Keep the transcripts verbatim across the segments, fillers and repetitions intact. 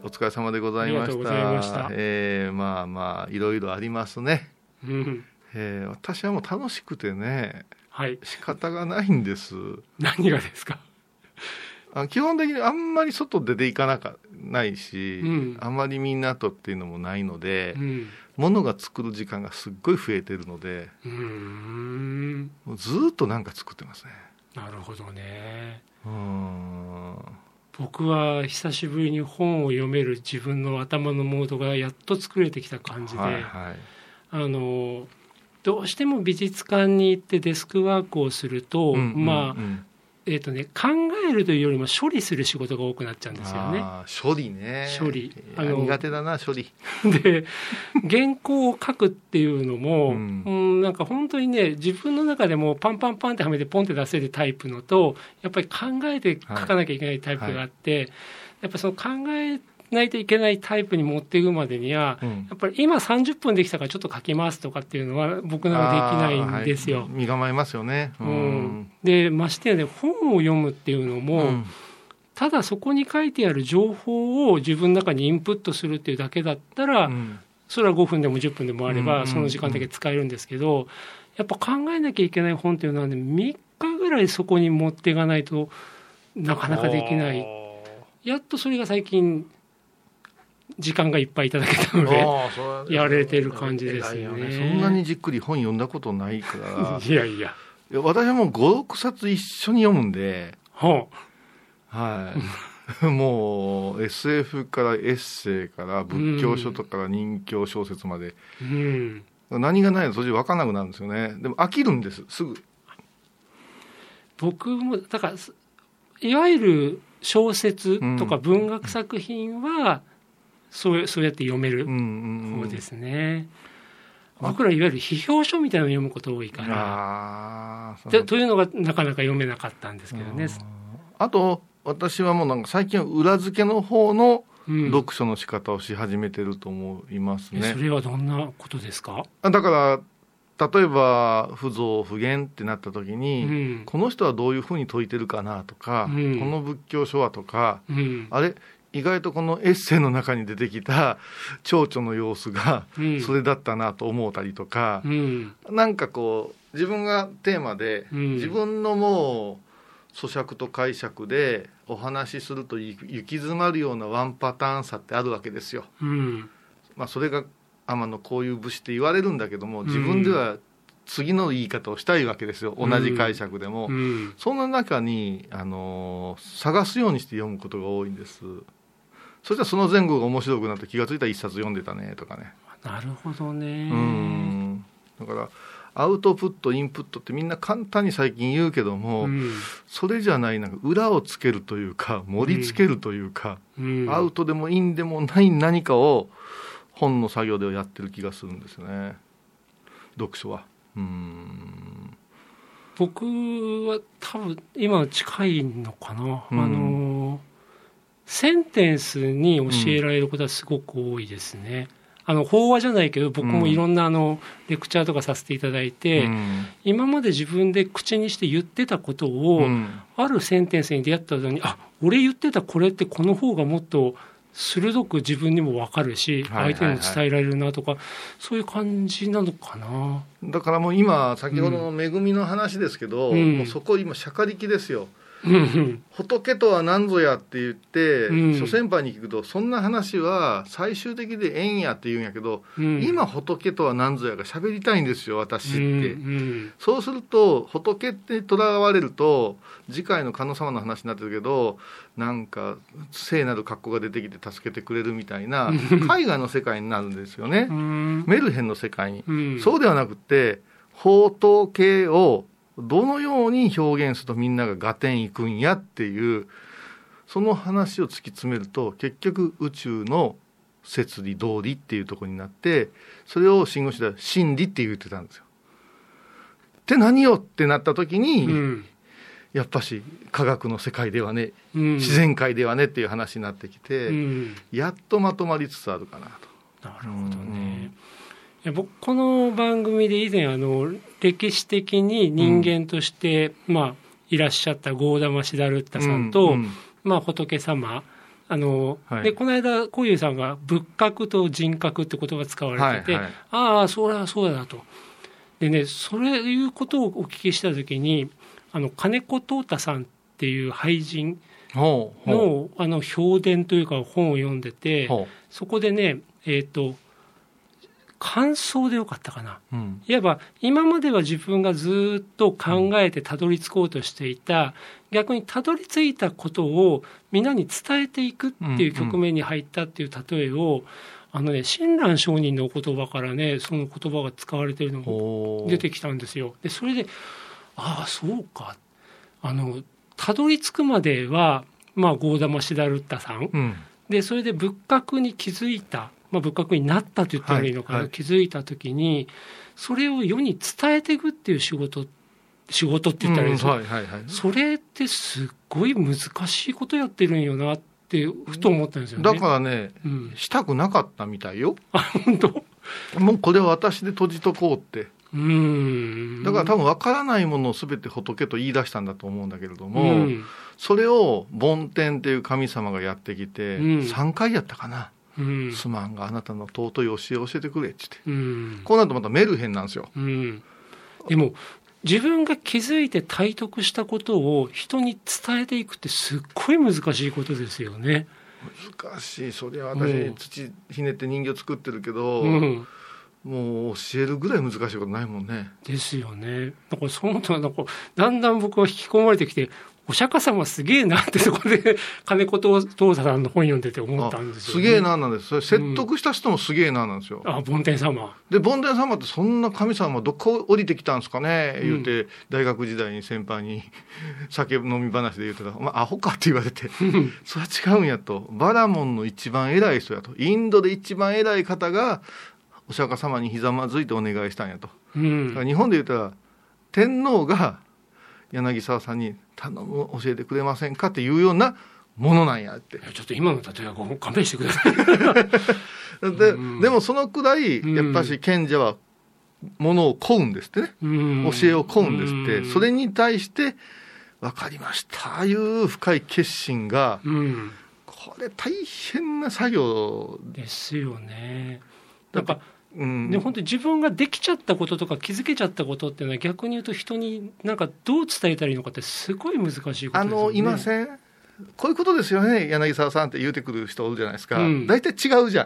お疲れ様でございました。ありがとうございました。えー、まあまあいろいろありますね、うんえー、私はもう楽しくてね、はい、仕方がないんです。 何がですか？ あ基本的にあんまり外出ていかなかないし、うん、あまりみんなとっていうのもないので、うん、物が作る時間がすっごい増えてるので、うーんもうずっとなんか作ってますね。 なるほどね。うーん僕は久しぶりに本を読める自分の頭のモードがやっと作れてきた感じで、はいはい、あのどうしても美術館に行ってデスクワークをすると、うんうんうん、まあえーとね、考えるというよりも処理する仕事が多くなっちゃうんですよね。 あ処理ね。 処理あの苦手だな処理で原稿を書くっていうのも、うんうん、なんか本当にね自分の中でもパンパンパンってはめてポンって出せるタイプのとやっぱり考えて書かなきゃいけないタイプがあって、はいはい、やっぱその考えないといけないタイプに持っていくまでには、うん、やっぱり今さんじゅっぷんできたからちょっと書きますとかっていうのは僕ならできないんですよ、はい、 身構えますよね、うんうん、でましてやね本を読むっていうのも、うん、ただそこに書いてある情報を自分の中にインプットするっていうだけだったら、うん、それはごふんでもじゅっぷんでもあればその時間だけ使えるんですけど、やっぱ考えなきゃいけない本っていうのはねみっかぐらいそこに持っていかないとなかなかできない。やっとそれが最近時間がいっぱいいただけたのでやれてる感じですよ ね, ねそんなにじっくり本読んだことないからいやいやいや私はもうごろくさつ一緒に読むんで、はあ、はいもう エスエフ からエッセイから仏教書とか人教小説まで、うん、何がないの途中分からなくなるんですよね。でも飽きるんですすぐ。 僕もだからいわゆる小説とか文学作品はそう、そうやって読める方ですね、うんうんうん、僕らいわゆる批評書みたいなのを読むこと多いからあでというのがなかなか読めなかったんですけどね。 あ, あと私はもうなんか最近は裏付けの方の読書の仕方をし始めてると思いますね、 うん、それはどんなことですか？ だから例えば不増不減ってなった時に、うん、この人はどういうふうに説いてるかなとか、うん、この仏教書はとか、うん、あれ意外とこのエッセイの中に出てきた蝶々の様子がそれだったなと思ったりとか、うん、なんかこう自分がテーマで、うん、自分のもう咀嚼と解釈でお話しすると行き詰まるようなワンパターンさってあるわけですよ、うんまあ、それが天野こういう節って言われるんだけども自分では次の言い方をしたいわけですよ、同じ解釈でも、うんうん、そんな中に、あのー、探すようにして読むことが多いんです。そしたらその前後が面白くなって気がついたら一冊読んでたねとかね。 なるほどね。 うんだからアウトプットインプットってみんな簡単に最近言うけども、うん、それじゃないなんか裏をつけるというか盛りつけるというか、うんうん、アウトでもインでもない何かを本の作業ではやってる気がするんですよね、読書は。うん僕は多分今近いのかな、うん、あのセンテンスに教えられることはすごく多いですね、うん、あの法話じゃないけど僕もいろんなあのレクチャーとかさせていただいて、うん、今まで自分で口にして言ってたことを、うん、あるセンテンスに出会った時にあ俺言ってたこれってこの方がもっと鋭く自分にも分かるし、相手にも伝えられるなとか、はいはいはい、そういう感じなのかな。 だからもう今先ほどの恵みの話ですけど、うん、もうそこ今釈迦力ですよ、うんうん、仏とは何ぞやって言って、うん、諸先輩に聞くとそんな話は最終的で縁やって言うんやけど、うん、今仏とは何ぞやが喋りたいんですよ私って、うんうん、そうすると仏ってとらわれると次回の観音様の話になってるけどなんか聖なる格好が出てきて助けてくれるみたいな絵画の世界になるんですよね、うん、メルヘンの世界に、うん、そうではなくて法統系をどのように表現するとみんなが合点いくんやっていうその話を突き詰めると結局宇宙の摂理道理っていうところになってそれを真言宗では真理って言ってたんですよ。って何よってなった時に、うん、やっぱし科学の世界ではね、うん、自然界ではねっていう話になってきて、うん、やっとまとまりつつあるかなと。 なるほどね、うん、いや僕この番組で以前あの歴史的に人間として、うんまあ、いらっしゃったゴーダマ・シダルッタさんと、うんうんまあ、仏様あの、はい、でこの間小遊さんが仏格と人格って言葉使われてて、はいはい、ああそれはそうだと。でね、それいうことをお聞きしたときに、あの金子東太さんっていう俳人の、あの評伝というか本を読んでて、そこでね、えっと感想でよかったかな、うん、いわば今までは自分がずっと考えてたどり着こうとしていた、うん、逆にたどり着いたことをみんなに伝えていくっていう局面に入ったっていう例えを、うんうん、あのね、親鸞上人の言葉からね、その言葉が使われているのも出てきたんですよ。でそれで、ああそうか、あのたどり着くまでは、まあ、ゴーダマシダルッタさん、うん、でそれで仏格に気づいた、まあ、仏格になったと言ったらいいのかな、はいはい、気づいたときにそれを世に伝えていくっていう仕事仕事って言ったらいいですか、うんはいはいはい、それってすっごい難しいことやってるんよなってふと思ったんですよね。 だからね、うん、したくなかったみたいよ。 あ、本当？ もうこれは私で閉じとこうって。うーん、だから多分分からないものを全て仏と言い出したんだと思うんだけれども、うん、それを梵天っていう神様がやってきて、うん、さんかいやったかな、うん、すまんがあなたの尊い教えを教えてくれって言って、うん、こうなるとまたメルヘンなんですよ、うん、 でも自分が気づいて体得したことを人に伝えていくってすっごい難しいことですよね。 難しい。それは私、うん、土ひねって人形作ってるけど、うん、もう教えるぐらい難しいことないもんね。 ですよね。だからそう思ったらなんかだんだん僕は引き込まれてきて、お釈迦様すげえなってそこで金子東太さんの本読んでて思ったんですよ、ね、 すげえななんです。それ説得した人もすげえななんですよ、 うん、あ、梵天様で、梵天様ってそんな神様どこ降りてきたんですかね、うん、言うて大学時代に先輩に酒飲み話で言うてたら、まあ、アホかって言われてそれは違うんやと、バラモンの一番偉い人やと、インドで一番偉い方がお釈迦様にひざまずいてお願いしたんやと、うん、だから日本で言ったら天皇が柳沢さんに頼む教えてくれませんかっていうようなものなんやって。 ちょっと今の例えは勘弁してくださいで, うん、でもそのくらいやっぱし賢者はものを請うんですってね、うん、教えを請うんですって、うん、それに対して分かりましたいう深い決心が、うん、これ大変な作業ですよね。なんかうん、で本当に自分ができちゃったこととか気づけちゃったことっていうのは逆に言うと人になんかどう伝えたらいいのかってすごい難しいことですよね。 あのいません、こういうことですよね、柳沢さんって言うてくる人おるじゃないですか、うん、大体違うじゃん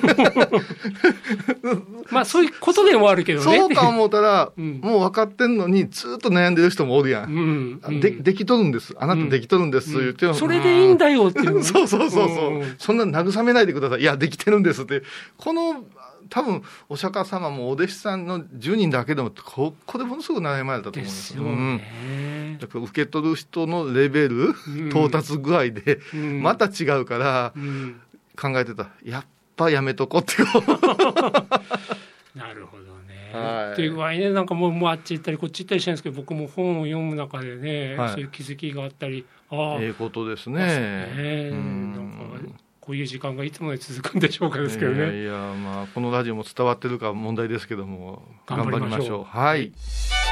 まあそういうことでもあるけどね。 そうか思ったら、うん、もう分かってんのにずっと悩んでる人もおるやん、うんうん、で, できとるんです、あなたできとるんです、うん、言って、 それでいいんだよっていう、ね、 そうそうそうそう、うん、そんな慰めないでください、いやできてるんですって、この多分お釈迦様もお弟子さんのじゅうにんだけでもここでものすごく悩まれたと思うんですよ、ね、うん、だから受け取る人のレベル、うん、到達具合でまた違うから、うん、考えてた、やっぱやめとこってなるほどね、はい、っていう具合ね、なんかも う, もうあっち行ったりこっち行ったりしてるんですけど、僕も本を読む中でね、はい、そういう気づきがあったり、 ああええことですね、 ね、うん、なんかこういう時間がいつまで続くんでしょうかですけどね。いやいや、まあ、このラジオも伝わってるか問題ですけども、頑張りましょう。頑張りましょう。はい。